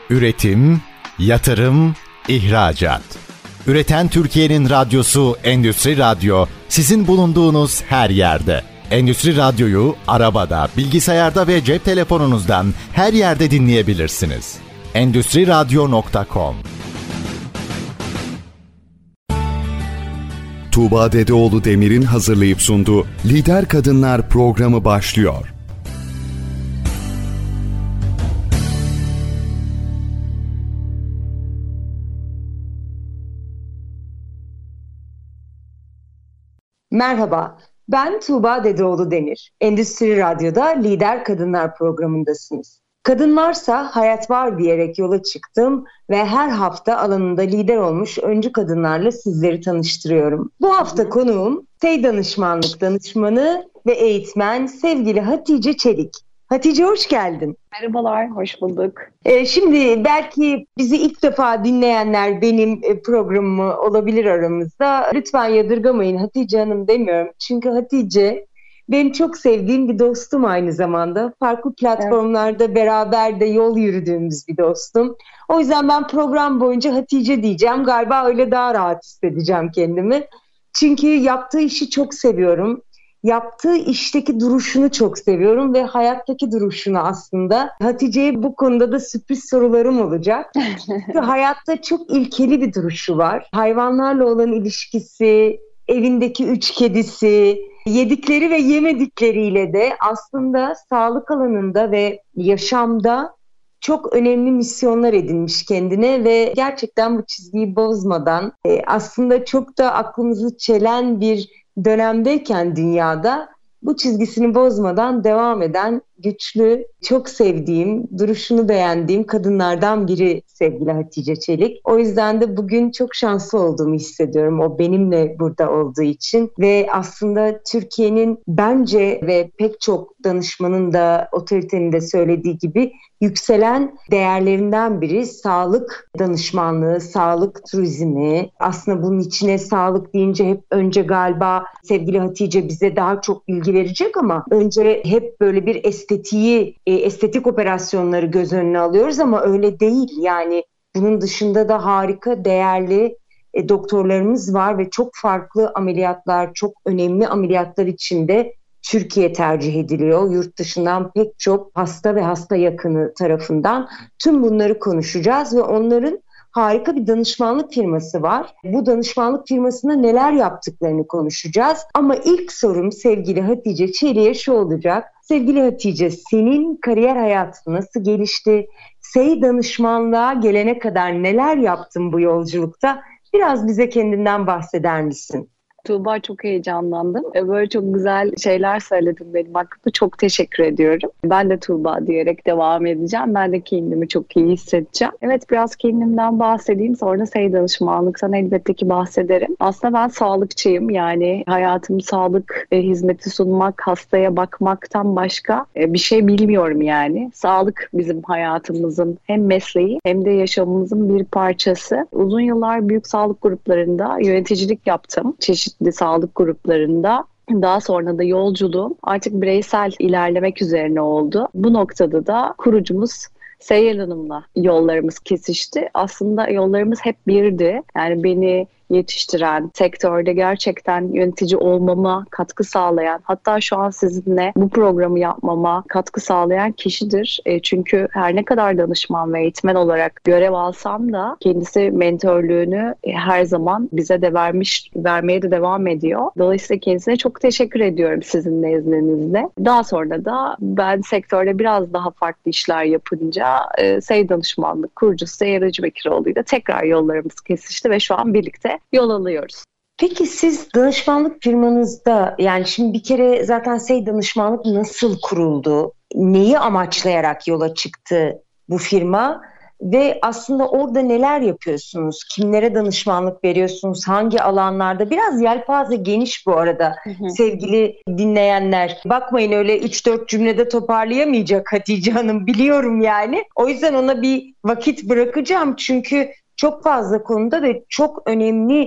Üretim, yatırım, ihracat. Üreten Türkiye'nin radyosu Endüstri Radyo, sizin bulunduğunuz her yerde. Endüstri Radyo'yu arabada, bilgisayarda ve cep telefonunuzdan her yerde dinleyebilirsiniz. Endüstriradyo.com. Tuğba Dedeoğlu Demir'in hazırlayıp sunduğu Lider Kadınlar programı başlıyor. Merhaba, ben Tuğba Dedeoğlu Demir. Endüstri Radyo'da Lider Kadınlar programındasınız. Kadınlarsa hayat var diyerek yola çıktım ve her hafta alanında lider olmuş öncü kadınlarla sizleri tanıştırıyorum. Bu hafta konuğum SEY Danışmanlık danışmanı ve eğitmen sevgili Hatice Çelik. Hatice hoş geldin. Merhabalar, hoş bulduk. Şimdi belki bizi ilk defa dinleyenler benim programımı olabilir aramızda. Lütfen yadırgamayın Hatice Hanım demiyorum. Çünkü Hatice benim çok sevdiğim bir dostum aynı zamanda. Farklı platformlarda beraber de yol yürüdüğümüz bir dostum. O yüzden ben program boyunca Hatice diyeceğim. Galiba öyle daha rahat hissedeceğim kendimi. Çünkü yaptığı işi çok seviyorum. Yaptığı işteki duruşunu çok seviyorum ve hayattaki duruşunu aslında. Hatice'ye bu konuda da sürpriz sorularım olacak. Çünkü hayatta çok ilkeli bir duruşu var. Hayvanlarla olan ilişkisi, evindeki 3 kedisi, yedikleri ve yemedikleriyle de aslında sağlık alanında ve yaşamda çok önemli misyonlar edinmiş kendine ve gerçekten bu çizgiyi bozmadan aslında çok da aklımızı çelen bir dönemdeyken dünyada bu çizgisini bozmadan devam eden güçlü, çok sevdiğim, duruşunu beğendiğim kadınlardan biri sevgili Hatice Çelik. O yüzden de bugün çok şanslı olduğumu hissediyorum o benimle burada olduğu için. Ve aslında Türkiye'nin bence ve pek çok danışmanın da otoritenin de söylediği gibi yükselen değerlerinden biri sağlık danışmanlığı, sağlık turizmi. Aslında bunun içine sağlık deyince hep önce galiba sevgili Hatice bize daha çok bilgi verecek ama önce hep böyle bir estetik operasyonları göz önüne alıyoruz ama öyle değil. Yani bunun dışında da harika, değerli doktorlarımız var ve çok farklı ameliyatlar, çok önemli ameliyatlar içinde Türkiye tercih ediliyor. Yurt dışından pek çok hasta ve hasta yakını tarafından tüm bunları konuşacağız ve onların harika bir danışmanlık firması var. Bu danışmanlık firmasında neler yaptıklarını konuşacağız. Ama ilk sorum sevgili Hatice Çelik'e şu olacak. Sevgili Hatice, senin kariyer hayatın nasıl gelişti? SEY danışmanlığa gelene kadar neler yaptın bu yolculukta? Biraz bize kendinden bahseder misin? Tuğba, çok heyecanlandım. Böyle çok güzel şeyler söyledin benim hakkımda. Çok teşekkür ediyorum. Ben de Tuğba diyerek devam edeceğim. Ben de kendimi çok iyi hissedeceğim. Evet, biraz kendimden bahsedeyim. Sonra SEY danışmanlıktan elbette ki bahsederim. Aslında ben sağlıkçıyım. Yani hayatım sağlık hizmeti sunmak, hastaya bakmaktan başka bir şey bilmiyorum yani. Sağlık bizim hayatımızın hem mesleği hem de yaşamımızın bir parçası. Uzun yıllar büyük sağlık gruplarında yöneticilik yaptım. Çeşitli sağlık gruplarında. Daha sonra da yolculuğum artık bireysel ilerlemek üzerine oldu. Bu noktada da kurucumuz Seyyar Hanım'la yollarımız kesişti. Aslında yollarımız hep birdi. Yani beni yetiştiren, sektörde gerçekten yönetici olmama katkı sağlayan, hatta şu an sizinle bu programı yapmama katkı sağlayan kişidir. Çünkü her ne kadar danışman ve eğitmen olarak görev alsam da kendisi mentörlüğünü her zaman bize de vermeye de devam ediyor. Dolayısıyla kendisine çok teşekkür ediyorum sizin nezdinizde. Daha sonra da ben sektörde biraz daha farklı işler yapınca SEY Danışmanlık kurucusu Seyyar Hacıbekiroğlu ile tekrar yollarımız kesişti ve şu an birlikte yol alıyoruz. Peki siz danışmanlık firmanızda, yani şimdi bir kere zaten SEY Danışmanlık nasıl kuruldu? Neyi amaçlayarak yola çıktı bu firma? Ve aslında orada neler yapıyorsunuz? Kimlere danışmanlık veriyorsunuz? Hangi alanlarda? Biraz yelpaze geniş bu arada sevgili dinleyenler. Bakmayın öyle 3-4 cümlede toparlayamayacak Hatice Hanım, biliyorum yani. O yüzden ona bir vakit bırakacağım çünkü çok fazla konuda ve çok önemli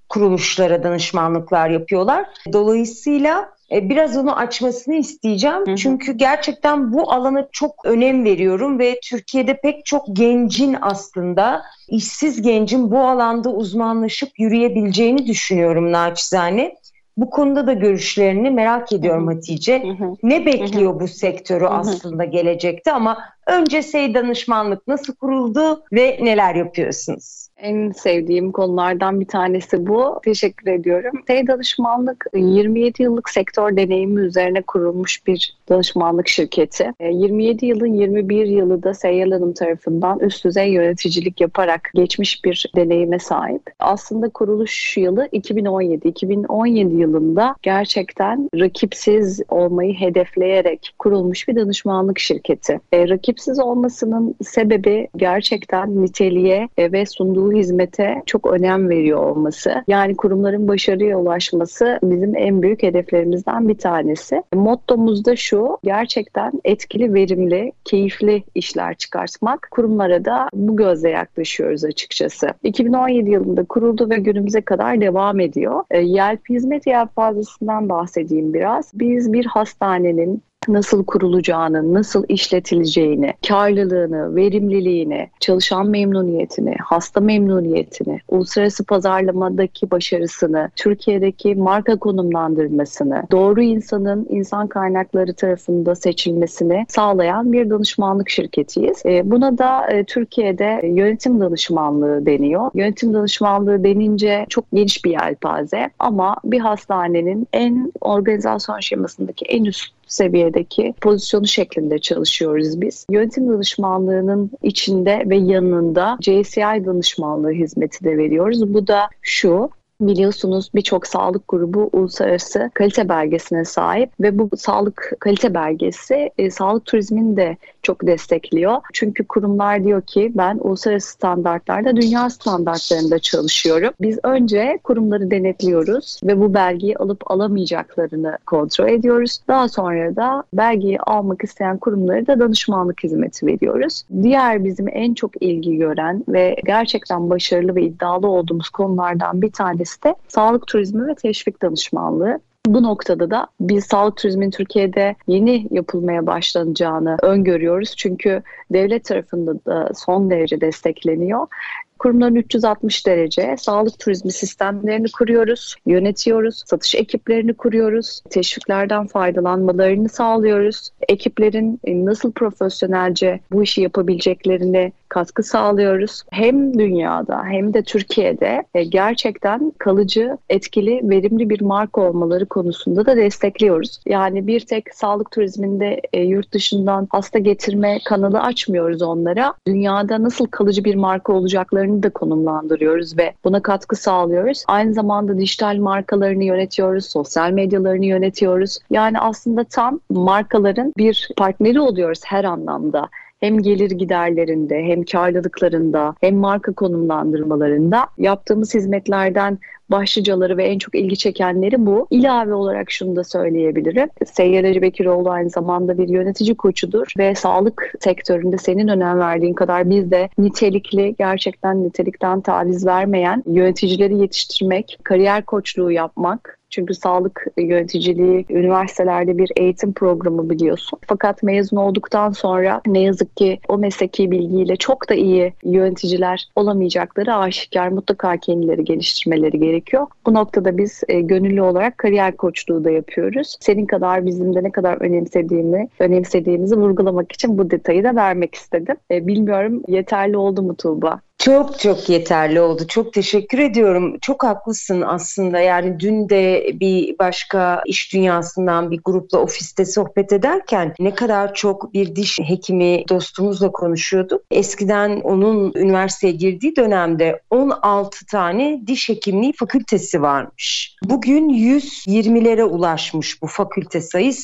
kuruluşlara danışmanlıklar yapıyorlar. Dolayısıyla biraz onu açmasını isteyeceğim. Çünkü gerçekten bu alana çok önem veriyorum ve Türkiye'de pek çok gencin aslında işsiz gencin bu alanda uzmanlaşıp yürüyebileceğini düşünüyorum naçizane. Bu konuda da görüşlerini merak ediyorum Hatice. Ne bekliyor bu sektörü aslında gelecekte ama önce SEY danışmanlık nasıl kuruldu ve neler yapıyorsunuz? En sevdiğim konulardan bir tanesi bu. Teşekkür ediyorum. SEY danışmanlık 27 yıllık sektör deneyimi üzerine kurulmuş bir danışmanlık şirketi. 27 yılın 21 yılı da Seyyal Hanım tarafından üst düzey yöneticilik yaparak geçmiş bir deneyime sahip. Aslında kuruluş yılı 2017. 2017 yılında gerçekten rakipsiz olmayı hedefleyerek kurulmuş bir danışmanlık şirketi. Rakipsiz olmasının sebebi gerçekten niteliğe ve sunduğu hizmete çok önem veriyor olması. Yani kurumların başarıya ulaşması bizim en büyük hedeflerimizden bir tanesi. Mottomuz da şu, gerçekten etkili, verimli, keyifli işler çıkartmak. Kurumlara da bu gözle yaklaşıyoruz açıkçası. 2017 yılında kuruldu ve günümüze kadar devam ediyor. Hizmet yelpazesinden bahsedeyim biraz. Biz bir hastanenin nasıl kurulacağını, nasıl işletileceğini, karlılığını, verimliliğini, çalışan memnuniyetini, hasta memnuniyetini, uluslararası pazarlamadaki başarısını, Türkiye'deki marka konumlandırmasını, doğru insanın insan kaynakları tarafında seçilmesini sağlayan bir danışmanlık şirketiyiz. Buna da Türkiye'de yönetim danışmanlığı deniyor. Yönetim danışmanlığı denince çok geniş bir yelpaze ama bir hastanenin organizasyon şemasındaki en üst seviyedeki pozisyonu şeklinde çalışıyoruz biz. Yönetim danışmanlığının içinde ve yanında JCI danışmanlığı hizmeti de veriyoruz. Bu da şu: biliyorsunuz birçok sağlık grubu uluslararası kalite belgesine sahip ve bu sağlık kalite belgesi sağlık turizmini de çok destekliyor. Çünkü kurumlar diyor ki ben uluslararası standartlarda, dünya standartlarında çalışıyorum. Biz önce kurumları denetliyoruz ve bu belgeyi alıp alamayacaklarını kontrol ediyoruz. Daha sonra da belgeyi almak isteyen kurumlara da danışmanlık hizmeti veriyoruz. Diğer bizim en çok ilgi gören ve gerçekten başarılı ve iddialı olduğumuz konulardan bir tanesi de sağlık turizmi ve teşvik danışmanlığı. Bu noktada da biz sağlık turizminin Türkiye'de yeni yapılmaya başlanacağını öngörüyoruz. Çünkü devlet tarafında da son derece destekleniyor. Kurumların 360 derece sağlık turizmi sistemlerini kuruyoruz, yönetiyoruz, satış ekiplerini kuruyoruz, teşviklerden faydalanmalarını sağlıyoruz. Ekiplerin nasıl profesyonelce bu işi yapabileceklerine katkı sağlıyoruz. Hem dünyada hem de Türkiye'de gerçekten kalıcı, etkili, verimli bir marka olmaları konusunda da destekliyoruz. Yani bir tek sağlık turizminde yurt dışından hasta getirme kanalı açmıyoruz onlara. Dünyada nasıl kalıcı bir marka olacaklarını da konumlandırıyoruz ve buna katkı sağlıyoruz. Aynı zamanda dijital markalarını yönetiyoruz, sosyal medyalarını yönetiyoruz. Yani aslında tam markaların bir partneri oluyoruz her anlamda. Hem gelir giderlerinde, hem karlılıklarında, hem marka konumlandırmalarında yaptığımız hizmetlerden başlıcaları ve en çok ilgi çekenleri bu. İlave olarak şunu da söyleyebilirim. Seyyar Hacı Bekiroğlu aynı zamanda bir yönetici koçudur ve sağlık sektöründe senin önem verdiğin kadar biz de nitelikli, gerçekten nitelikten taviz vermeyen yöneticileri yetiştirmek, kariyer koçluğu yapmak. Çünkü sağlık yöneticiliği üniversitelerde bir eğitim programı biliyorsun. Fakat mezun olduktan sonra ne yazık ki o mesleki bilgiyle çok da iyi yöneticiler olamayacakları aşikar. Mutlaka kendileri geliştirmeleri gerekiyor. Bu noktada biz gönüllü olarak kariyer koçluğu da yapıyoruz. Senin kadar bizim de ne kadar önemsediğimizi vurgulamak için bu detayı da vermek istedim. Bilmiyorum yeterli oldu mu Tuğba? Çok çok yeterli oldu. Çok teşekkür ediyorum. Çok haklısın aslında. Yani dün de bir başka iş dünyasından bir grupla ofiste sohbet ederken ne kadar çok bir diş hekimi dostumuzla konuşuyorduk. Eskiden onun üniversiteye girdiği dönemde 16 tane diş hekimliği fakültesi varmış. Bugün 120'lere ulaşmış bu fakülte sayısı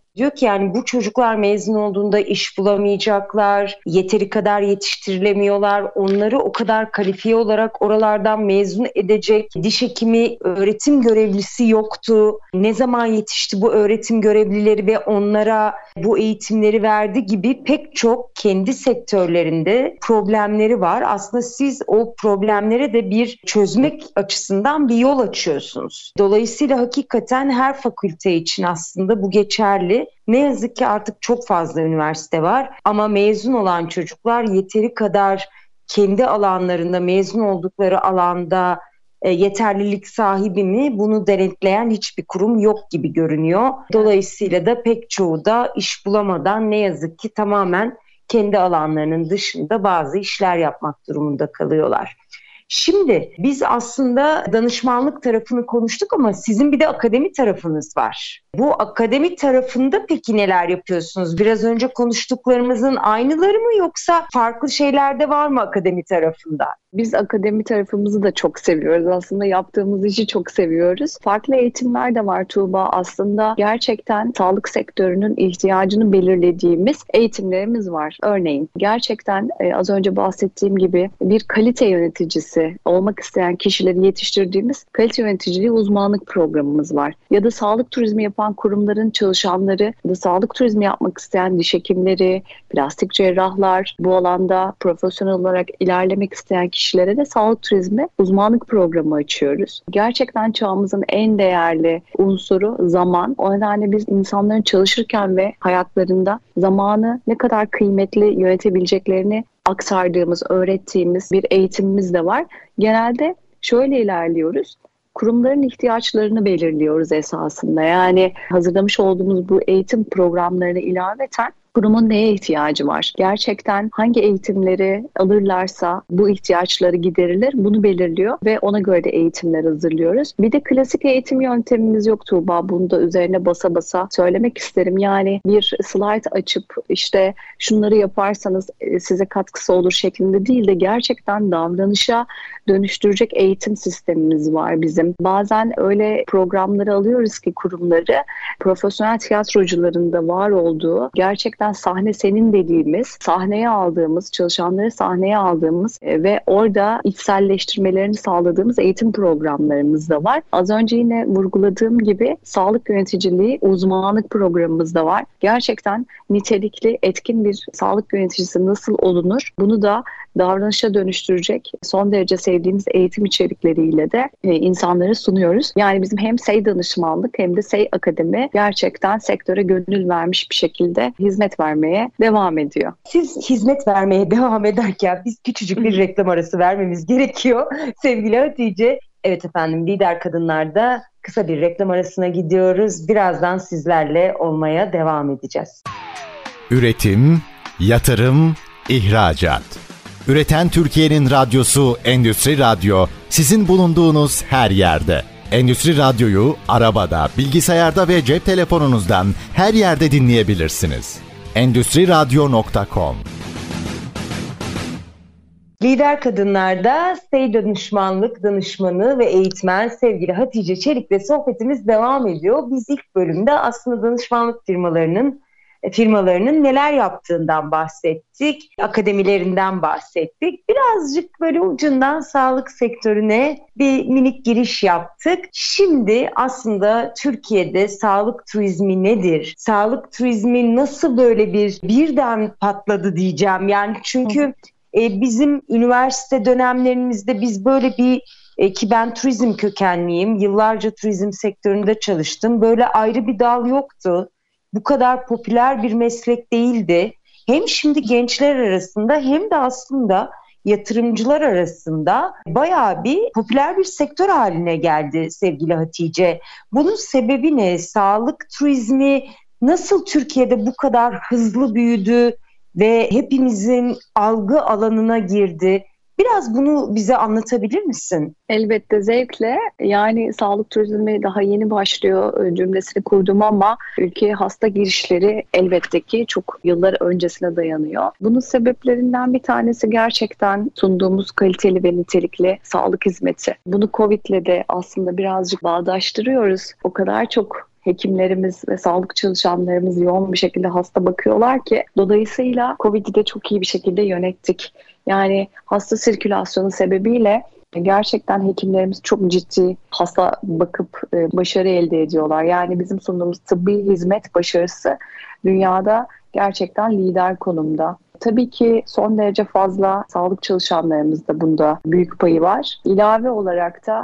Diyor ki yani bu çocuklar mezun olduğunda iş bulamayacaklar, yeteri kadar yetiştirilemiyorlar, onları o kadar kalifiye olarak oralardan mezun edecek diş hekimi, öğretim görevlisi yoktu. Ne zaman yetişti bu öğretim görevlileri ve onlara bu eğitimleri verdi gibi pek çok kendi sektörlerinde problemleri var. Aslında siz o problemlere de bir çözmek açısından bir yol açıyorsunuz. Dolayısıyla hakikaten her fakülte için aslında bu geçerli. Ne yazık ki artık çok fazla üniversite var ama mezun olan çocuklar yeteri kadar kendi alanlarında, mezun oldukları alanda yeterlilik sahibi mi, bunu denetleyen hiçbir kurum yok gibi görünüyor. Dolayısıyla da pek çoğu da iş bulamadan ne yazık ki tamamen kendi alanlarının dışında bazı işler yapmak durumunda kalıyorlar. Şimdi biz aslında danışmanlık tarafını konuştuk ama sizin bir de akademi tarafınız var. Bu akademi tarafında peki neler yapıyorsunuz? Biraz önce konuştuklarımızın aynıları mı yoksa farklı şeyler de var mı akademi tarafında? Biz akademi tarafımızı da çok seviyoruz. Aslında yaptığımız işi çok seviyoruz. Farklı eğitimler de var Tuğba. Aslında gerçekten sağlık sektörünün ihtiyacını belirlediğimiz eğitimlerimiz var. Örneğin gerçekten az önce bahsettiğim gibi bir kalite yöneticisi olmak isteyen kişileri yetiştirdiğimiz kalite yöneticiliği uzmanlık programımız var. Ya da sağlık turizmi yapan kurumların çalışanları ya da sağlık turizmi yapmak isteyen diş hekimleri, plastik cerrahlar, bu alanda profesyonel olarak ilerlemek isteyen kişilere de sağlık turizmi uzmanlık programı açıyoruz. Gerçekten çağımızın en değerli unsuru zaman. O nedenle biz insanların çalışırken ve hayatlarında zamanı ne kadar kıymetli yönetebileceklerini aktardığımız, öğrettiğimiz bir eğitimimiz de var. Genelde şöyle ilerliyoruz. Kurumların ihtiyaçlarını belirliyoruz esasında. Yani hazırlamış olduğumuz bu eğitim programlarına ilaveten kurumun neye ihtiyacı var? Gerçekten hangi eğitimleri alırlarsa bu ihtiyaçları giderilir. Bunu belirliyor ve ona göre de eğitimler hazırlıyoruz. Bir de klasik eğitim yöntemimiz yok Tuğba. Bunu da üzerine basa basa söylemek isterim. Yani bir slide açıp işte şunları yaparsanız size katkısı olur şeklinde değil de gerçekten davranışa dönüştürecek eğitim sistemimiz var bizim. Bazen öyle programları alıyoruz ki kurumları profesyonel tiyatrocuların da var olduğu gerçekten sahne senin dediğimiz, sahneye aldığımız, çalışanları sahneye aldığımız ve orada içselleştirmelerini sağladığımız eğitim programlarımız da var. Az önce yine vurguladığım gibi sağlık yöneticiliği uzmanlık programımız da var. Gerçekten nitelikli, etkin bir sağlık yöneticisi nasıl olunur? Bunu da davranışa dönüştürecek son derece sevdiğimiz eğitim içerikleriyle de insanlara sunuyoruz. Yani bizim hem SEY danışmanlık hem de SEY akademi gerçekten sektöre gönül vermiş bir şekilde hizmet vermeye devam ediyor. Siz hizmet vermeye devam ederken biz küçücük bir reklam arası vermemiz gerekiyor. Sevgili Hatice, evet efendim Lider Kadınlar'da kısa bir reklam arasına gidiyoruz. Birazdan sizlerle olmaya devam edeceğiz. Üretim, yatırım, ihracat. Üreten Türkiye'nin radyosu Endüstri Radyo, sizin bulunduğunuz her yerde. Endüstri Radyo'yu arabada, bilgisayarda ve cep telefonunuzdan her yerde dinleyebilirsiniz. Endüstriradyo.com. Lider Kadınlar'da SEY danışmanlık danışmanı ve eğitmen sevgili Hatice Çelik'le sohbetimiz devam ediyor. Biz ilk bölümde aslında danışmanlık firmalarının neler yaptığından bahsettik, akademilerinden bahsettik. Birazcık böyle ucundan sağlık sektörüne bir minik giriş yaptık. Şimdi aslında Türkiye'de sağlık turizmi nedir? Sağlık turizmi nasıl böyle birden patladı diyeceğim. Yani çünkü bizim üniversite dönemlerimizde biz böyle ki ben turizm kökenliyim, yıllarca turizm sektöründe çalıştım. Böyle ayrı bir dal yoktu. Bu kadar popüler bir meslek değildi. Hem şimdi gençler arasında hem de aslında yatırımcılar arasında bayağı bir popüler bir sektör haline geldi sevgili Hatice. Bunun sebebi ne? Sağlık turizmi nasıl Türkiye'de bu kadar hızlı büyüdü ve hepimizin algı alanına girdi? Biraz bunu bize anlatabilir misin? Elbette zevkle. Yani sağlık turizmi daha yeni başlıyor cümlesini kurdum ama ülkeye hasta girişleri elbette ki çok yıllar öncesine dayanıyor. Bunun sebeplerinden bir tanesi gerçekten sunduğumuz kaliteli ve nitelikli sağlık hizmeti. Bunu Covid'le de aslında birazcık bağdaştırıyoruz. O kadar çok hekimlerimiz ve sağlık çalışanlarımız yoğun bir şekilde hasta bakıyorlar ki dolayısıyla Covid'i de çok iyi bir şekilde yönettik. Yani hasta sirkülasyonu sebebiyle gerçekten hekimlerimiz çok ciddi hasta bakıp başarı elde ediyorlar. Yani bizim sunduğumuz tıbbi hizmet başarısı dünyada gerçekten lider konumda. Tabii ki son derece fazla sağlık çalışanlarımız da bunda büyük payı var. İlave olarak da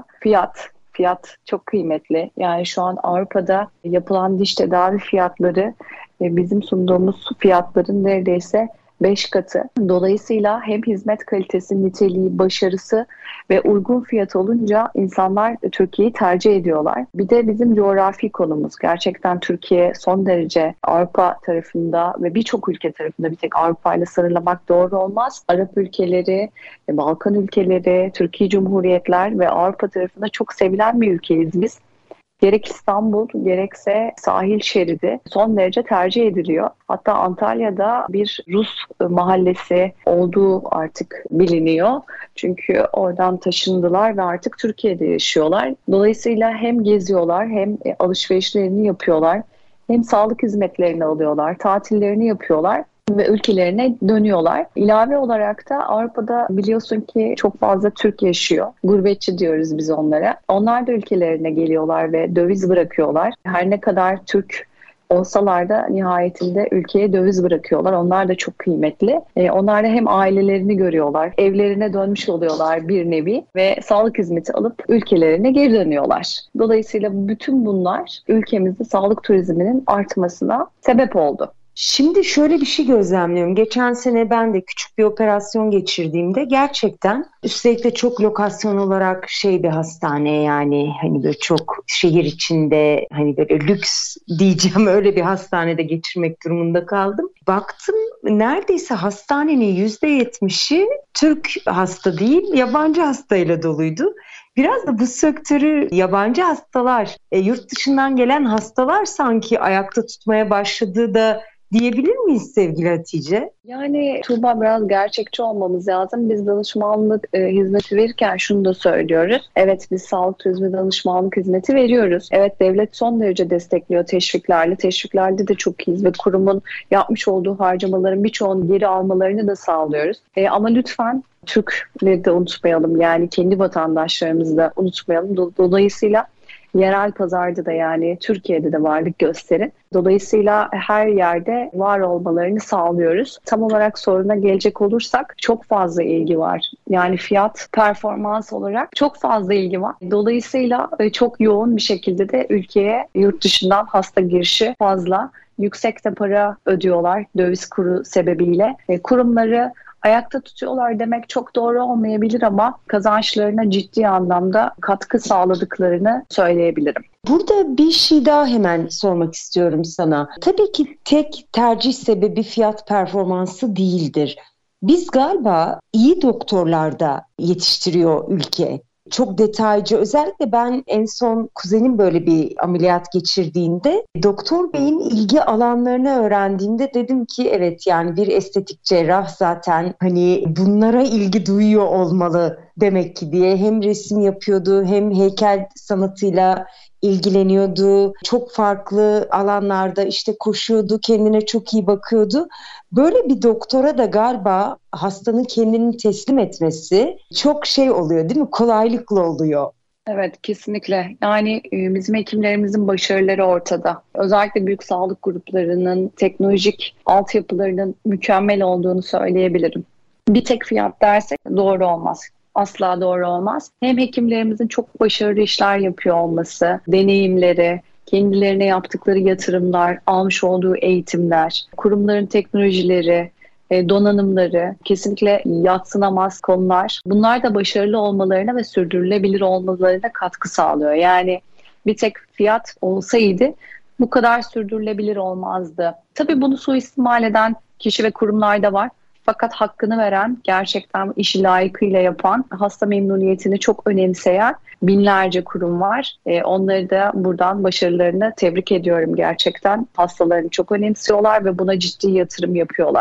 fiyat çok kıymetli. Yani şu an Avrupa'da yapılan diş tedavi fiyatları bizim sunduğumuz fiyatların neredeyse 5 katı. Dolayısıyla hem hizmet kalitesi, niteliği, başarısı ve uygun fiyat olunca insanlar Türkiye'yi tercih ediyorlar. Bir de bizim coğrafi konumuz. Gerçekten Türkiye son derece Avrupa tarafında ve birçok ülke tarafında, bir tek Avrupa ile sınırlamak doğru olmaz. Arap ülkeleri, Balkan ülkeleri, Türkiye Cumhuriyetler ve Avrupa tarafında çok sevilen bir ülkeyiz biz. Gerek İstanbul gerekse sahil şeridi son derece tercih ediliyor. Hatta Antalya'da bir Rus mahallesi olduğu artık biliniyor. Çünkü oradan taşındılar ve artık Türkiye'de yaşıyorlar. Dolayısıyla hem geziyorlar hem alışverişlerini yapıyorlar. Hem sağlık hizmetlerini alıyorlar, tatillerini yapıyorlar ve ülkelerine dönüyorlar. İlave olarak da Avrupa'da biliyorsun ki çok fazla Türk yaşıyor. Gurbetçi diyoruz biz onlara. Onlar da ülkelerine geliyorlar ve döviz bırakıyorlar. Her ne kadar Türk olsalar da nihayetinde ülkeye döviz bırakıyorlar. Onlar da çok kıymetli. Onlar da hem ailelerini görüyorlar, evlerine dönmüş oluyorlar bir nevi ve sağlık hizmeti alıp ülkelerine geri dönüyorlar. Dolayısıyla bütün bunlar ülkemizde sağlık turizminin artmasına sebep oldu. Şimdi şöyle bir şey gözlemliyorum. Geçen sene ben de küçük bir operasyon geçirdiğimde gerçekten üstelik de çok lokasyon olarak bir hastane, yani hani böyle çok şehir içinde, hani böyle lüks diyeceğim, öyle bir hastanede geçirmek durumunda kaldım. Baktım neredeyse hastanenin %70'i Türk hasta değil, yabancı hastayla doluydu. Biraz da bu sektörü yabancı hastalar, yurt dışından gelen hastalar sanki ayakta tutmaya başladığı da diyebilir miyiz sevgili Hatice? Yani Tuğba, biraz gerçekçi olmamız lazım. Biz danışmanlık hizmeti verirken şunu da söylüyoruz. Evet, biz sağlık turizmi danışmanlık hizmeti veriyoruz. Evet, devlet son derece destekliyor teşviklerle. Teşviklerde de çok iyiyiz ve kurumun yapmış olduğu harcamaların birçoğunu geri almalarını da sağlıyoruz. Ama lütfen Türkleri de unutmayalım. Yani kendi vatandaşlarımızı da unutmayalım. Dolayısıyla yerel pazarda da, yani Türkiye'de de varlık gösterin. Dolayısıyla her yerde var olmalarını sağlıyoruz. Tam olarak soruna gelecek olursak çok fazla ilgi var. Yani fiyat performans olarak çok fazla ilgi var. Dolayısıyla çok yoğun bir şekilde de ülkeye yurt dışından hasta girişi fazla. Yüksek de para ödüyorlar döviz kuru sebebiyle. Kurumları ayakta tutuyorlar demek çok doğru olmayabilir ama kazançlarına ciddi anlamda katkı sağladıklarını söyleyebilirim. Burada bir şey daha hemen sormak istiyorum sana. Tabii ki tek tercih sebebi fiyat performansı değildir. Biz galiba iyi doktorlar da yetiştiriyor ülke. Çok detaycı. Özellikle ben en son kuzenim böyle bir ameliyat geçirdiğinde doktor beyin ilgi alanlarını öğrendiğimde dedim ki evet, yani bir estetik cerrah zaten hani bunlara ilgi duyuyor olmalı demek ki diye. Hem resim yapıyordu hem heykel sanatıyla ilgileniyordu. Çok farklı alanlarda koşuyordu, kendine çok iyi bakıyordu. Böyle bir doktora da galiba hastanın kendini teslim etmesi çok oluyor değil mi? Kolaylıkla oluyor. Evet, kesinlikle. Yani bizim hekimlerimizin başarıları ortada. Özellikle büyük sağlık gruplarının teknolojik altyapılarının mükemmel olduğunu söyleyebilirim. Bir tek fiyat dersek doğru olmaz. Asla doğru olmaz. Hem hekimlerimizin çok başarılı işler yapıyor olması, deneyimleri, kendilerine yaptıkları yatırımlar, almış olduğu eğitimler, kurumların teknolojileri, donanımları kesinlikle yadsınamaz konular. Bunlar da başarılı olmalarına ve sürdürülebilir olmalarına katkı sağlıyor. Yani bir tek fiyat olsaydı bu kadar sürdürülebilir olmazdı. Tabii bunu suistimal eden kişi ve kurumlar da var. Fakat hakkını veren, gerçekten işi layıkıyla yapan, hasta memnuniyetini çok önemseyen binlerce kurum var. Onları da buradan başarılarını tebrik ediyorum gerçekten. Hastalarını çok önemsiyorlar ve buna ciddi yatırım yapıyorlar.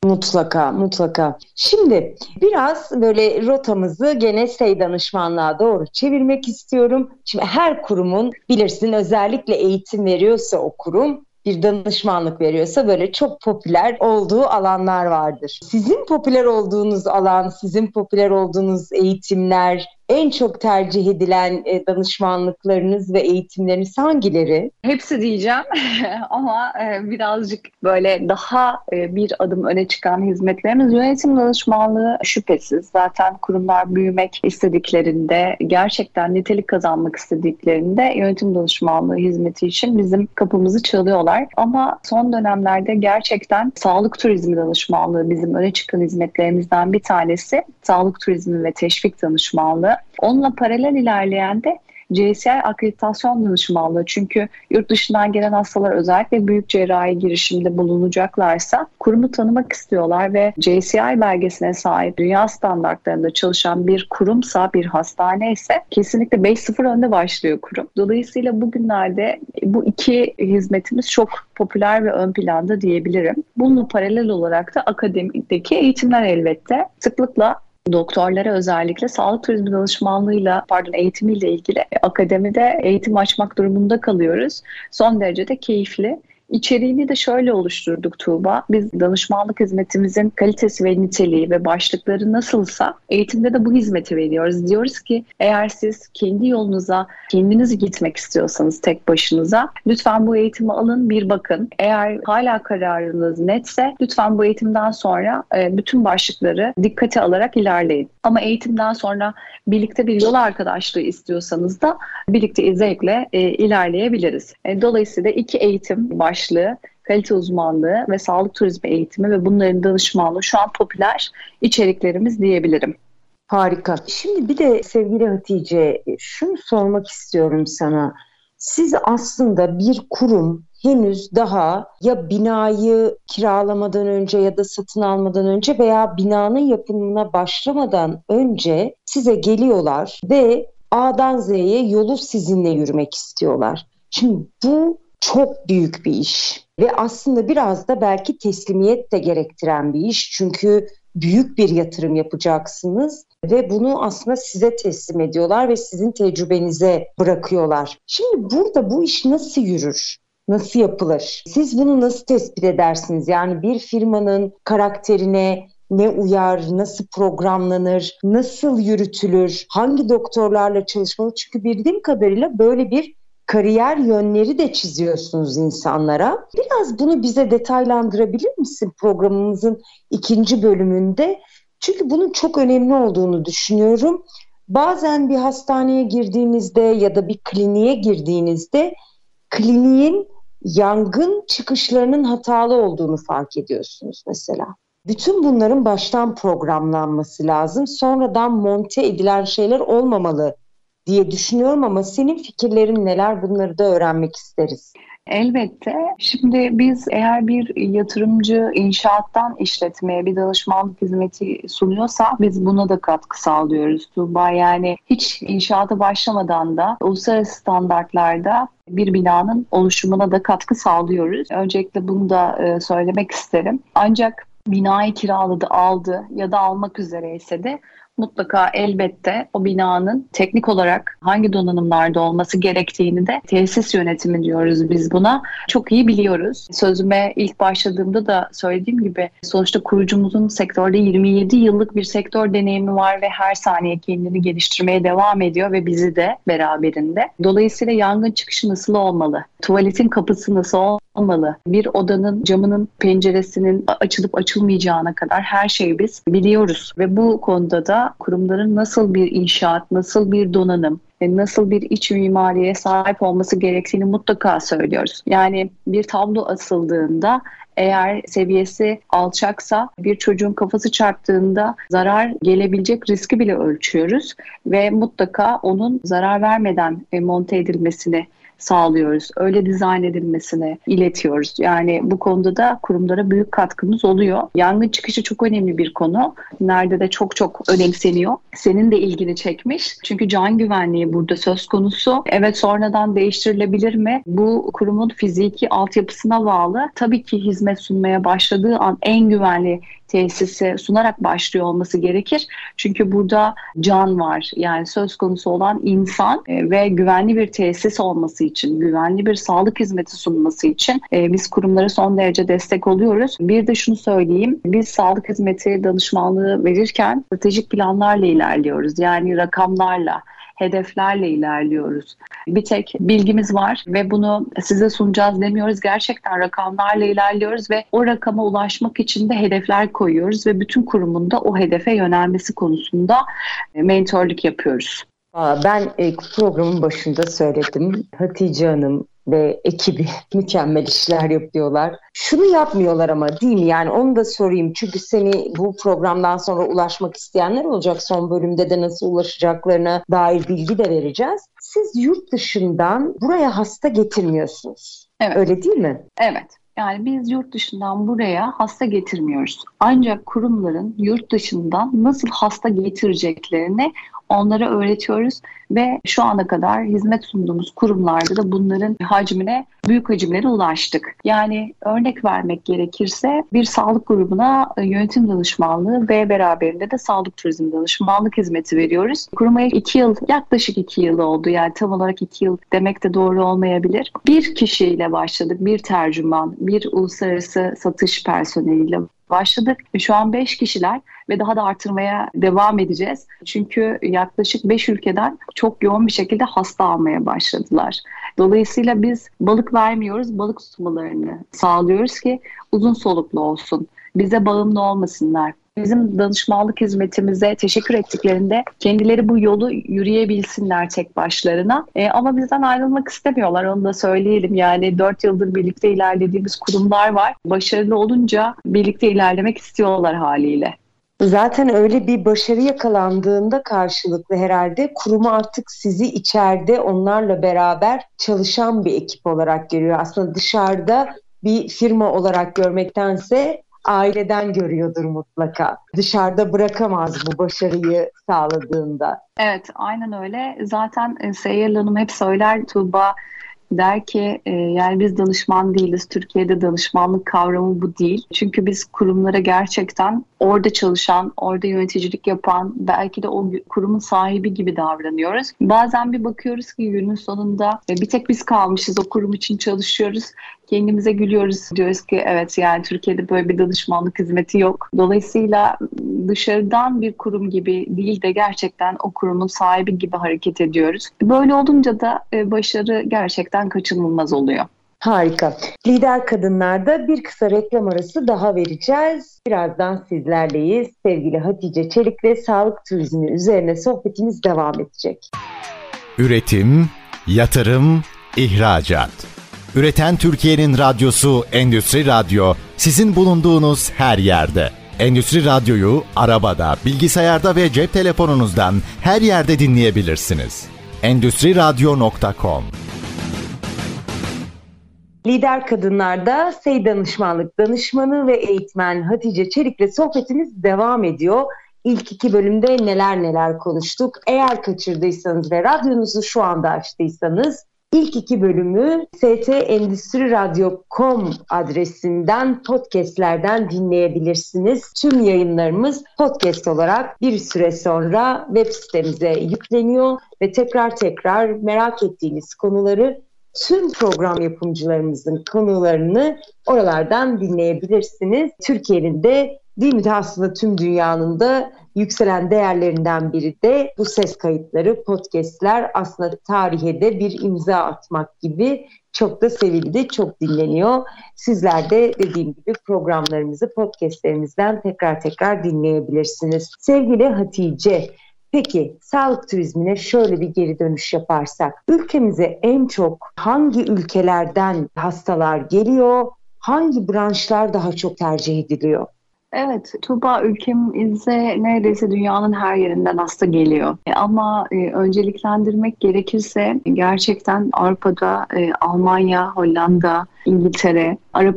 Mutlaka, mutlaka. Şimdi biraz böyle rotamızı gene danışmanlığa doğru çevirmek istiyorum. Şimdi her kurumun bilirsin özellikle eğitim veriyorsa o kurum, bir danışmanlık veriyorsa böyle çok popüler olduğu alanlar vardır. Sizin popüler olduğunuz alan, sizin popüler olduğunuz eğitimler, en çok tercih edilen danışmanlıklarınız ve eğitimleriniz hangileri? Hepsi diyeceğim ama birazcık böyle daha bir adım öne çıkan hizmetlerimiz yönetim danışmanlığı şüphesiz. Zaten kurumlar büyümek istediklerinde, gerçekten nitelik kazanmak istediklerinde yönetim danışmanlığı hizmeti için bizim kapımızı çalıyorlar. Ama son dönemlerde gerçekten sağlık turizmi danışmanlığı bizim öne çıkan hizmetlerimizden bir tanesi. Sağlık turizmi ve teşvik danışmanlığı. Onunla paralel ilerleyen de JCI akreditasyon danışmanlığı. Çünkü yurt dışından gelen hastalar özellikle büyük cerrahi girişimde bulunacaklarsa kurumu tanımak istiyorlar ve JCI belgesine sahip dünya standartlarında çalışan bir kurumsa, bir hastane ise kesinlikle 5-0 önde başlıyor kurum. Dolayısıyla bugünlerde bu iki hizmetimiz çok popüler ve ön planda diyebilirim. Bununla paralel olarak da akademideki eğitimler elbette sıklıkla doktorlara özellikle sağlık turizmi danışmanlığıyla, eğitimiyle ilgili akademide eğitim açmak durumunda kalıyoruz. Son derece de keyifli. İçeriğini de şöyle oluşturduk Tuğba. Biz danışmanlık hizmetimizin kalitesi ve niteliği ve başlıkları nasılsa eğitimde de bu hizmeti veriyoruz. Diyoruz ki eğer siz kendi yolunuza, kendiniz gitmek istiyorsanız tek başınıza lütfen bu eğitimi alın, bir bakın. Eğer hala kararınız netse lütfen bu eğitimden sonra bütün başlıkları dikkate alarak ilerleyin. Ama eğitimden sonra birlikte bir yol arkadaşlığı istiyorsanız da birlikte zevkle ilerleyebiliriz. Dolayısıyla iki eğitim başlığı, kalite uzmanlığı ve sağlık turizmi eğitimi ve bunların danışmanlığı şu an popüler içeriklerimiz diyebilirim. Harika. Şimdi bir de sevgili Hatice, şunu sormak istiyorum sana. Siz aslında bir kurum henüz daha ya binayı kiralamadan önce ya da satın almadan önce veya binanın yapımına başlamadan önce size geliyorlar ve A'dan Z'ye yolu sizinle yürümek istiyorlar. Şimdi bu çok büyük bir iş ve aslında biraz da belki teslimiyet de gerektiren bir iş. Çünkü büyük bir yatırım yapacaksınız ve bunu aslında size teslim ediyorlar ve sizin tecrübenize bırakıyorlar. Şimdi burada bu iş nasıl yürür? Nasıl yapılır? Siz bunu nasıl tespit edersiniz? Yani bir firmanın karakterine ne uyar, nasıl programlanır, nasıl yürütülür, hangi doktorlarla çalışmalı? Çünkü bildiğim kadarıyla böyle bir kariyer yönleri de çiziyorsunuz insanlara. Biraz bunu bize detaylandırabilir misin programımızın 2. bölümünde? Çünkü bunun çok önemli olduğunu düşünüyorum. Bazen bir hastaneye girdiğinizde ya da bir kliniğe girdiğinizde kliniğin yangın çıkışlarının hatalı olduğunu fark ediyorsunuz mesela. Bütün bunların baştan programlanması lazım. Sonradan monte edilen şeyler olmamalı diye düşünüyorum ama senin fikirlerin neler, bunları da öğrenmek isteriz. Elbette. Şimdi biz eğer bir yatırımcı inşaattan işletmeye bir danışmanlık hizmeti sunuyorsa biz buna da katkı sağlıyoruz Tuğba. Yani hiç inşaata başlamadan da uluslararası standartlarda bir binanın oluşumuna da katkı sağlıyoruz. Öncelikle bunu da söylemek isterim. Ancak binayı kiraladı, aldı ya da almak üzereyse de mutlaka elbette o binanın teknik olarak hangi donanımlarda olması gerektiğini de tesis yönetimi diyoruz biz buna. Çok iyi biliyoruz. Sözüme ilk başladığımda da söylediğim gibi sonuçta kurucumuzun sektörde 27 yıllık bir sektör deneyimi var ve her saniye kendini geliştirmeye devam ediyor ve bizi de beraberinde. Dolayısıyla yangın çıkışı nasıl olmalı? Tuvaletin kapısı nasıl olmalı? Bir odanın camının, penceresinin açılıp açılmayacağına kadar her şeyi biz biliyoruz ve bu konuda da kurumların nasıl bir inşaat, nasıl bir donanım ve nasıl bir iç mimariye sahip olması gerektiğini mutlaka söylüyoruz. Yani bir tablo asıldığında eğer seviyesi alçaksa bir çocuğun kafası çarptığında zarar gelebilecek riski bile ölçüyoruz ve mutlaka onun zarar vermeden monte edilmesini sağlıyoruz. Öyle dizayn edilmesini iletiyoruz. Yani bu konuda da kurumlara büyük katkımız oluyor. Yangın çıkışı çok önemli bir konu. Nerede de çok çok önemseniyor. Senin de ilgini çekmiş. Çünkü can güvenliği burada söz konusu. Evet, sonradan değiştirilebilir mi? Bu kurumun fiziki altyapısına bağlı. Tabii ki hizmet sunmaya başladığı an en güvenli tesisi sunarak başlıyor olması gerekir. Çünkü burada can var. Yani söz konusu olan insan ve güvenli bir tesis olması için, güvenli bir sağlık hizmeti sunması için biz kurumlara son derece destek oluyoruz. Bir de şunu söyleyeyim. Biz sağlık hizmeti danışmanlığı verirken stratejik planlarla ilerliyoruz. Yani rakamlarla, hedeflerle ilerliyoruz. Bir tek bilgimiz var ve bunu size sunacağız demiyoruz. Gerçekten rakamlarla ilerliyoruz ve o rakama ulaşmak için de hedefler koyuyoruz ve bütün kurumun da o hedefe yönelmesi konusunda mentörlük yapıyoruz. Ben programın başında söyledim. Hatice Hanım ve ekibi mükemmel işler yapıyorlar. Şunu yapmıyorlar ama, değil mi? Yani onu da sorayım. Çünkü seni bu programdan sonra ulaşmak isteyenler olacak. Son bölümde de nasıl ulaşacaklarına dair bilgi de vereceğiz. Siz yurt dışından buraya hasta getirmiyorsunuz. Evet. Öyle değil mi? Evet. Yani biz yurt dışından buraya hasta getirmiyoruz. Ancak kurumların yurt dışından nasıl hasta getireceklerini onlara öğretiyoruz ve şu ana kadar hizmet sunduğumuz kurumlarda da bunların büyük hacimlere ulaştık. Yani örnek vermek gerekirse bir sağlık grubuna yönetim danışmanlığı ve beraberinde de sağlık turizm danışmanlık hizmeti veriyoruz. Kuruma yaklaşık 2 yıl oldu. Yani tam olarak 2 yıl demek de doğru olmayabilir. Bir kişiyle başladık. Bir tercüman, bir uluslararası satış personeliyle başladık. Şu an 5 kişiler ve daha da artırmaya devam edeceğiz. Çünkü yaklaşık 5 ülkeden çok yoğun bir şekilde hasta almaya başladılar. Dolayısıyla biz balık vermiyoruz, balık tutmalarını sağlıyoruz ki uzun soluklu olsun. Bize bağımlı olmasınlar. Bizim danışmanlık hizmetimize teşekkür ettiklerinde kendileri bu yolu yürüyebilsinler tek başlarına. Ama bizden ayrılmak istemiyorlar, onu da söyleyelim. Yani 4 yıldır birlikte ilerlediğimiz kurumlar var. Başarılı olunca birlikte ilerlemek istiyorlar haliyle. Zaten öyle bir başarı yakalandığında karşılıklı herhalde kurumu artık sizi içeride onlarla beraber çalışan bir ekip olarak görüyor. Aslında dışarıda bir firma olarak görmektense aileden görüyordur mutlaka. Dışarıda bırakamaz bu başarıyı sağladığında. Evet, aynen öyle. Zaten Seyyal Hanım hep söyler, Tuğba der ki yani biz danışman değiliz. Türkiye'de danışmanlık kavramı bu değil. Çünkü biz kurumlara gerçekten orada çalışan, orada yöneticilik yapan, belki de o kurumun sahibi gibi davranıyoruz. Bazen bir bakıyoruz ki günün sonunda bir tek biz kalmışız, o kurum için çalışıyoruz. Kendimize gülüyoruz. Diyoruz ki evet, yani Türkiye'de böyle bir danışmanlık hizmeti yok. Dolayısıyla dışarıdan bir kurum gibi değil de gerçekten o kurumun sahibi gibi hareket ediyoruz. Böyle olunca da başarı gerçekten kaçınılmaz oluyor. Harika. Lider Kadınlar'da bir kısa reklam arası daha vereceğiz. Birazdan sizlerleyiz. Sevgili Hatice Çelik'le sağlık turizmi üzerine sohbetimiz devam edecek. Üretim, yatırım, ihracat. Üreten Türkiye'nin radyosu Endüstri Radyo, sizin bulunduğunuz her yerde. Endüstri Radyo'yu arabada, bilgisayarda ve cep telefonunuzdan her yerde dinleyebilirsiniz. Endüstriradyo.com. Lider Kadınlar'da SEY Danışmanlık Danışmanı ve eğitmen Hatice Çelik'le sohbetimiz devam ediyor. İlk 2 bölümde neler konuştuk. Eğer kaçırdıysanız ve radyonuzu şu anda açtıysanız ilk 2 bölümü stendüstriradyo.com adresinden podcastlerden dinleyebilirsiniz. Tüm yayınlarımız podcast olarak bir süre sonra web sitemize yükleniyor ve tekrar merak ettiğiniz konuları, tüm program yapımcılarımızın konularını oralardan dinleyebilirsiniz. Türkiye'nin de, değil mi, aslında tüm dünyanın da yükselen değerlerinden biri de bu ses kayıtları, podcastler. Aslında tarihe de bir imza atmak gibi çok da sevildi, çok dinleniyor. Sizler de dediğim gibi programlarımızı podcastlerimizden tekrar dinleyebilirsiniz. Sevgili Hatice, peki sağlık turizmine şöyle bir geri dönüş yaparsak, ülkemize en çok hangi ülkelerden hastalar geliyor, hangi branşlar daha çok tercih ediliyor? Evet, Tuğba, ülkemize neredeyse dünyanın her yerinden hasta geliyor. Ama önceliklendirmek gerekirse gerçekten Avrupa'da Almanya, Hollanda, İngiltere,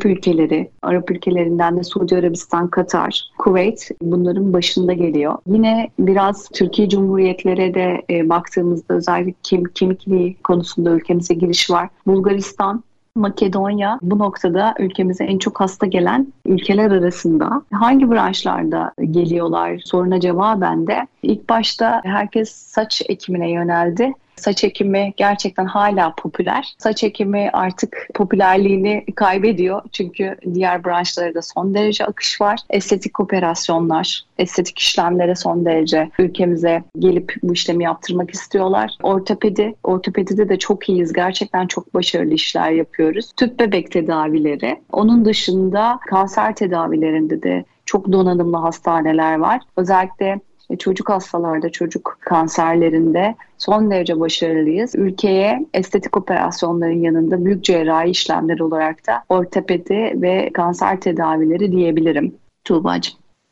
Arap ülkelerinden de Suudi Arabistan, Katar, Kuveyt bunların başında geliyor. Yine biraz Türkiye Cumhuriyetlere de baktığımızda özellikle kemikliği konusunda ülkemize giriş var. Bulgaristan, Makedonya bu noktada ülkemize en çok hasta gelen ülkeler arasında. Hangi branşlarda geliyorlar soruna cevaben de ilk başta herkes saç ekimine yöneldi. Saç ekimi gerçekten hala popüler. Saç ekimi artık popülerliğini kaybediyor. Çünkü diğer branşlarda son derece akış var. Estetik operasyonlar, estetik işlemlere son derece ülkemize gelip bu işlemi yaptırmak istiyorlar. Ortopedide de çok iyiyiz. Gerçekten çok başarılı işler yapıyoruz. Tüp bebek tedavileri. Onun dışında kanser tedavilerinde de çok donanımlı hastaneler var. Özellikle çocuk hastalarda, çocuk kanserlerinde son derece başarılıyız. Ülkeye estetik operasyonların yanında büyük cerrahi işlemler olarak da ortopedi ve kanser tedavileri diyebilirim Tuğba'cığım.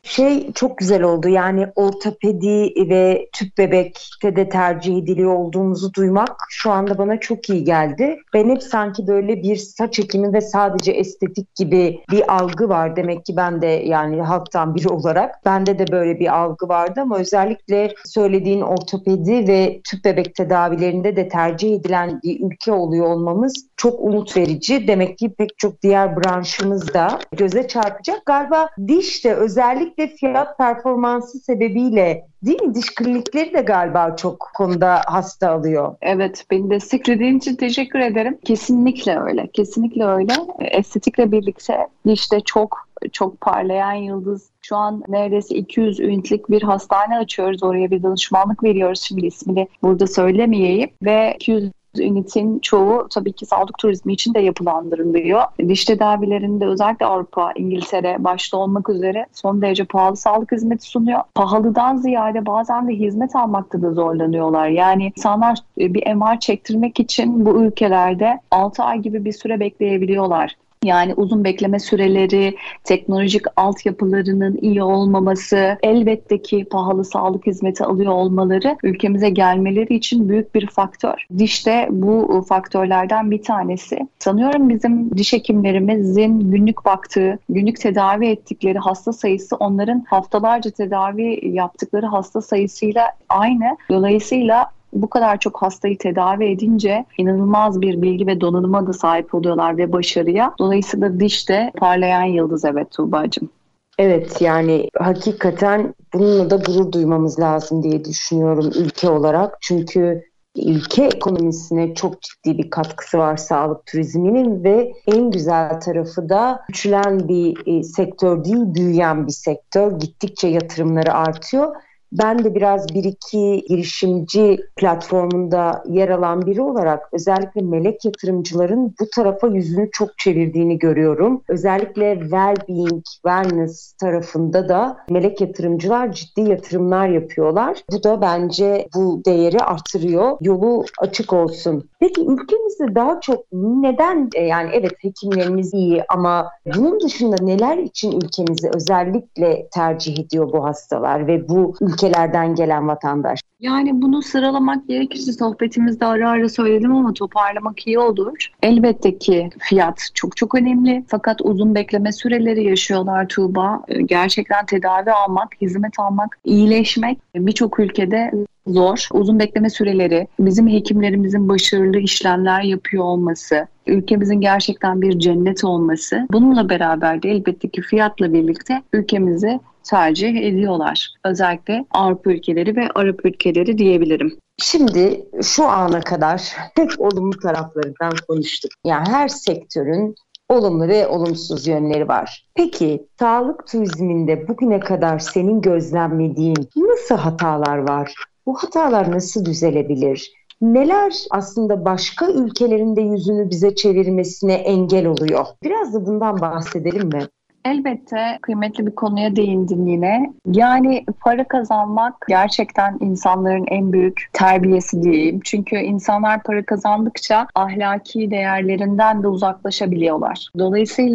Çok güzel oldu, yani ortopedi ve tüp bebekte de tercih ediliyor olduğumuzu duymak şu anda bana çok iyi geldi. Ben hep sanki böyle bir saç ekimi ve sadece estetik gibi bir algı var. Demek ki ben de, yani halktan biri olarak bende de böyle bir algı vardı, ama özellikle söylediğin ortopedi ve tüp bebek tedavilerinde de tercih edilen bir ülke oluyor olmamız çok umut verici. Demek ki pek çok diğer branşımız da göze çarpacak. Galiba diş de özellikle fiyat performansı sebebiyle, değil mi? Diş klinikleri de galiba çok konuda hasta alıyor. Evet, beni desteklediğin için teşekkür ederim. Kesinlikle öyle. Kesinlikle öyle. Estetikle birlikte dişte çok parlayan yıldız. Şu an neredeyse 200 ünitlik bir hastane açıyoruz. Oraya bir danışmanlık veriyoruz. Şimdi ismini burada söylemeyeyim. Ve 200 ünitin çoğu tabii ki sağlık turizmi için de yapılandırılıyor. Diş tedavilerinde özellikle Avrupa, İngiltere başta olmak üzere son derece pahalı sağlık hizmeti sunuyor. Pahalıdan ziyade bazen de hizmet almakta da zorlanıyorlar. Yani insanlar bir MR çektirmek için bu ülkelerde 6 ay gibi bir süre bekleyebiliyorlar. Yani uzun bekleme süreleri, teknolojik altyapılarının iyi olmaması, elbette ki pahalı sağlık hizmeti alıyor olmaları ülkemize gelmeleri için büyük bir faktör. Diş de bu faktörlerden bir tanesi. Sanıyorum bizim diş hekimlerimizin günlük baktığı, günlük tedavi ettikleri hasta sayısı onların haftalarca tedavi yaptıkları hasta sayısıyla aynı. Dolayısıyla bu kadar çok hastayı tedavi edince inanılmaz bir bilgi ve donanıma da sahip oluyorlar ve başarıya. Dolayısıyla diş de parlayan yıldız, evet Tuğba'cığım. Evet, yani hakikaten bununla da gurur duymamız lazım diye düşünüyorum ülke olarak. Çünkü ülke ekonomisine çok ciddi bir katkısı var sağlık turizminin ve en güzel tarafı da küçülen bir sektör değil, büyüyen bir sektör. Gittikçe yatırımları artıyor. Ben de biraz bir iki girişimci platformunda yer alan biri olarak özellikle melek yatırımcıların bu tarafa yüzünü çok çevirdiğini görüyorum. Özellikle well-being, wellness tarafında da melek yatırımcılar ciddi yatırımlar yapıyorlar. Bu da bence bu değeri artırıyor. Yolu açık olsun. Peki ülkemizde daha çok neden, yani evet hekimlerimiz iyi ama bunun dışında neler için ülkemizi özellikle tercih ediyor bu hastalar ve bu ülkelerden gelen vatandaş? Yani bunu sıralamak gerekirse sohbetimizde ara ara söyledim ama toparlamak iyi olur. Elbette ki fiyat çok önemli. Fakat uzun bekleme süreleri yaşıyorlar Tuğba. Gerçekten tedavi almak, hizmet almak, iyileşmek birçok ülkede zor. Uzun bekleme süreleri, bizim hekimlerimizin başarılı işlemler yapıyor olması, ülkemizin gerçekten bir cennet olması, bununla beraber de elbette ki fiyatla birlikte ülkemizi tercih ediyorlar. Özellikle Avrupa ülkeleri ve Arap ülkeleri diyebilirim. Şimdi şu ana kadar hep olumlu taraflarından konuştuk. Yani her sektörün olumlu ve olumsuz yönleri var. Peki sağlık turizminde bugüne kadar senin gözlemlediğin nasıl hatalar var? Bu hatalar nasıl düzelebilir? Neler aslında başka ülkelerin de yüzünü bize çevirmesine engel oluyor? Biraz da bundan bahsedelim mi? Elbette kıymetli bir konuya değindin yine. Yani para kazanmak gerçekten insanların en büyük terbiyesi diyeyim. Çünkü insanlar para kazandıkça ahlaki değerlerinden de uzaklaşabiliyorlar. Dolayısıyla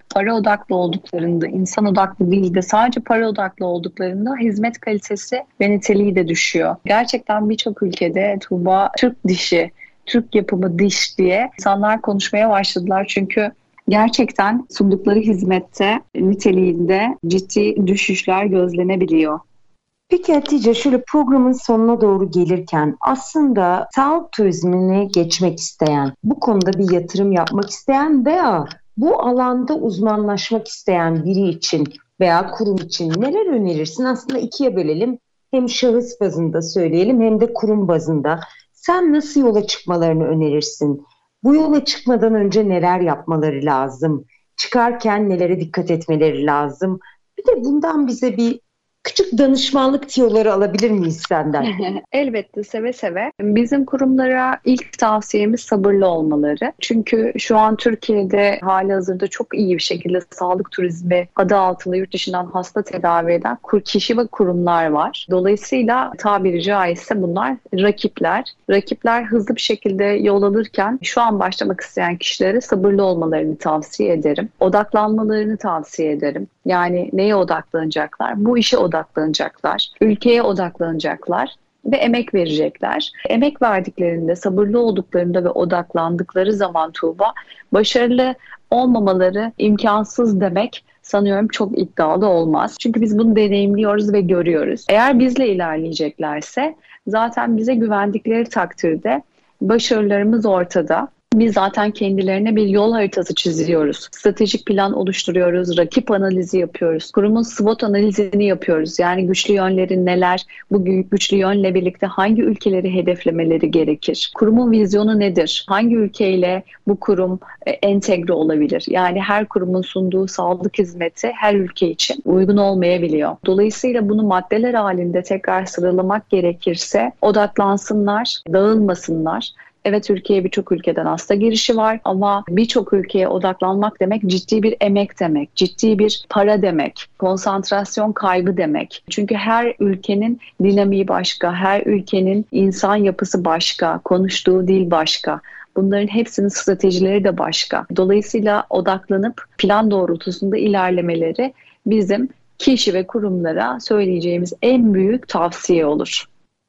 para odaklı olduklarında, insan odaklı değil de sadece para odaklı olduklarında hizmet kalitesi ve niteliği de düşüyor. Gerçekten birçok ülkede Tuğba, Türk dişi, Türk yapımı diş diye insanlar konuşmaya başladılar. Çünkü gerçekten sundukları hizmette, niteliğinde ciddi düşüşler gözlenebiliyor. Peki Hatice, şöyle programın sonuna doğru gelirken aslında sağlık turizmine geçmek isteyen, bu konuda bir yatırım yapmak isteyen veya bu alanda uzmanlaşmak isteyen biri için veya kurum için neler önerirsin? Aslında ikiye bölelim. Hem şahıs bazında söyleyelim hem de kurum bazında. Sen nasıl yola çıkmalarını önerirsin? Bu yola çıkmadan önce neler yapmaları lazım? Çıkarken nelere dikkat etmeleri lazım? Bir de bundan bize bir küçük danışmanlık tiyoları alabilir miyiz senden? Elbette, seve seve. Bizim kurumlara ilk tavsiyemiz sabırlı olmaları. Çünkü şu an Türkiye'de halihazırda çok iyi bir şekilde sağlık turizmi adı altında yurt dışından hasta tedavi eden kişi ve kurumlar var. Dolayısıyla tabiri caizse bunlar rakipler. Rakipler hızlı bir şekilde yol alırken şu an başlamak isteyen kişilere sabırlı olmalarını tavsiye ederim. Odaklanmalarını tavsiye ederim. Yani neye odaklanacaklar? Bu işe odaklanacaklar. Ülkeye odaklanacaklar ve emek verecekler. Emek verdiklerinde, sabırlı olduklarında ve odaklandıkları zaman Tuğba, başarılı olmamaları imkansız demek sanıyorum çok iddialı olmaz. Çünkü biz bunu deneyimliyoruz ve görüyoruz. Eğer bizle ilerleyeceklerse zaten bize güvendikleri takdirde başarılarımız ortada. Biz zaten kendilerine bir yol haritası çiziyoruz. Stratejik plan oluşturuyoruz, rakip analizi yapıyoruz. Kurumun SWOT analizini yapıyoruz. Yani güçlü yönleri neler, bu güçlü yönle birlikte hangi ülkeleri hedeflemeleri gerekir? Kurumun vizyonu nedir? Hangi ülkeyle bu kurum entegre olabilir? Yani her kurumun sunduğu sağlık hizmeti her ülke için uygun olmayabiliyor. Dolayısıyla bunu maddeler halinde tekrar sıralamak gerekirse odaklansınlar, dağılmasınlar. Evet, Türkiye'ye birçok ülkeden hasta girişi var ama birçok ülkeye odaklanmak demek ciddi bir emek demek, ciddi bir para demek, konsantrasyon kaybı demek. Çünkü her ülkenin dinamiği başka, her ülkenin insan yapısı başka, konuştuğu dil başka. Bunların hepsinin stratejileri de başka. Dolayısıyla odaklanıp plan doğrultusunda ilerlemeleri bizim kişi ve kurumlara söyleyeceğimiz en büyük tavsiye olur.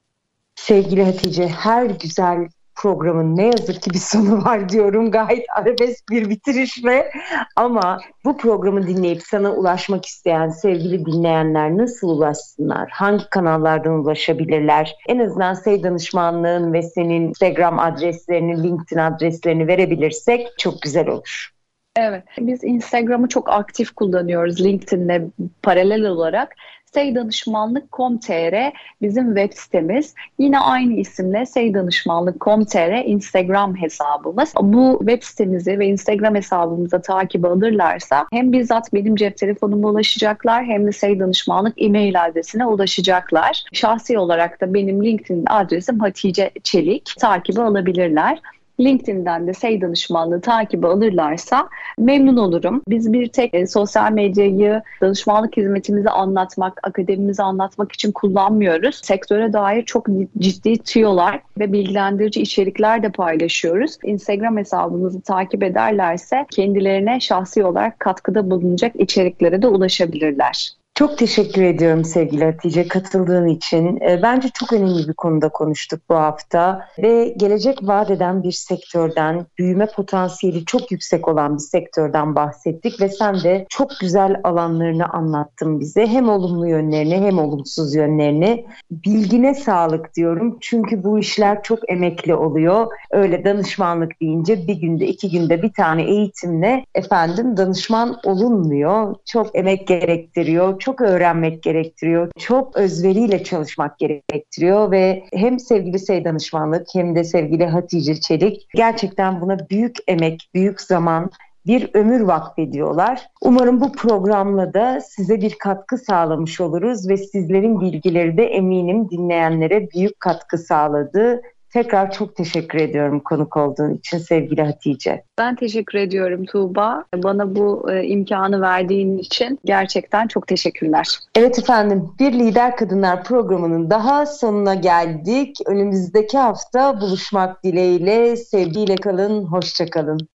Sevgili Hatice, her güzel programın ne yazık ki bir sonu var diyorum. Gayet arabesk bir bitirişle. Ama bu programı dinleyip sana ulaşmak isteyen sevgili dinleyenler nasıl ulaşsınlar? Hangi kanallardan ulaşabilirler? En azından Sey Danışmanlığın ve senin Instagram adreslerini, LinkedIn adreslerini verebilirsek çok güzel olur. Evet, biz Instagram'ı çok aktif kullanıyoruz LinkedIn'le paralel olarak. seydanışmanlık.com.tr bizim web sitemiz. Yine aynı isimle seydanışmanlık.com.tr Instagram hesabımız. Bu web sitemizi ve Instagram hesabımıza takip alırlarsa hem bizzat benim cep telefonuma ulaşacaklar hem de Sey Danışmanlık e-mail adresine ulaşacaklar. Şahsi olarak da benim LinkedIn adresim Hatice Çelik. Takibi alabilirler. LinkedIn'den de Sey Danışmanlığı takibi alırlarsa memnun olurum. Biz bir tek sosyal medyayı danışmanlık hizmetimizi anlatmak, akademimizi anlatmak için kullanmıyoruz. Sektöre dair çok ciddi tüyolar ve bilgilendirici içerikler de paylaşıyoruz. Instagram hesabımızı takip ederlerse kendilerine şahsi olarak katkıda bulunacak içeriklere de ulaşabilirler. Çok teşekkür ediyorum sevgili Hatice katıldığın için. Bence çok önemli bir konuda konuştuk bu hafta ve gelecek vaat eden bir sektörden, büyüme potansiyeli çok yüksek olan bir sektörden bahsettik ve sen de çok güzel alanlarını anlattın bize. Hem olumlu yönlerini hem olumsuz yönlerini. Bilgine sağlık diyorum çünkü bu işler çok emekli oluyor. Öyle danışmanlık deyince bir günde, 2 günde bir tane eğitimle danışman olunmuyor. Çok emek gerektiriyor. Çok öğrenmek gerektiriyor. Çok özveriyle çalışmak gerektiriyor ve hem sevgili Sey Danışmanlık hem de sevgili Hatice Çelik gerçekten buna büyük emek, büyük zaman, bir ömür vakfediyorlar. Umarım bu programla da size bir katkı sağlamış oluruz ve sizlerin bilgileri de eminim dinleyenlere büyük katkı sağladı. Tekrar çok teşekkür ediyorum konuk olduğun için sevgili Hatice. Ben teşekkür ediyorum Tuğba. Bana bu imkanı verdiğin için gerçekten çok teşekkürler. Evet efendim, Bir Lider Kadınlar programının daha sonuna geldik. Önümüzdeki hafta buluşmak dileğiyle sevgiyle kalın, hoşça kalın.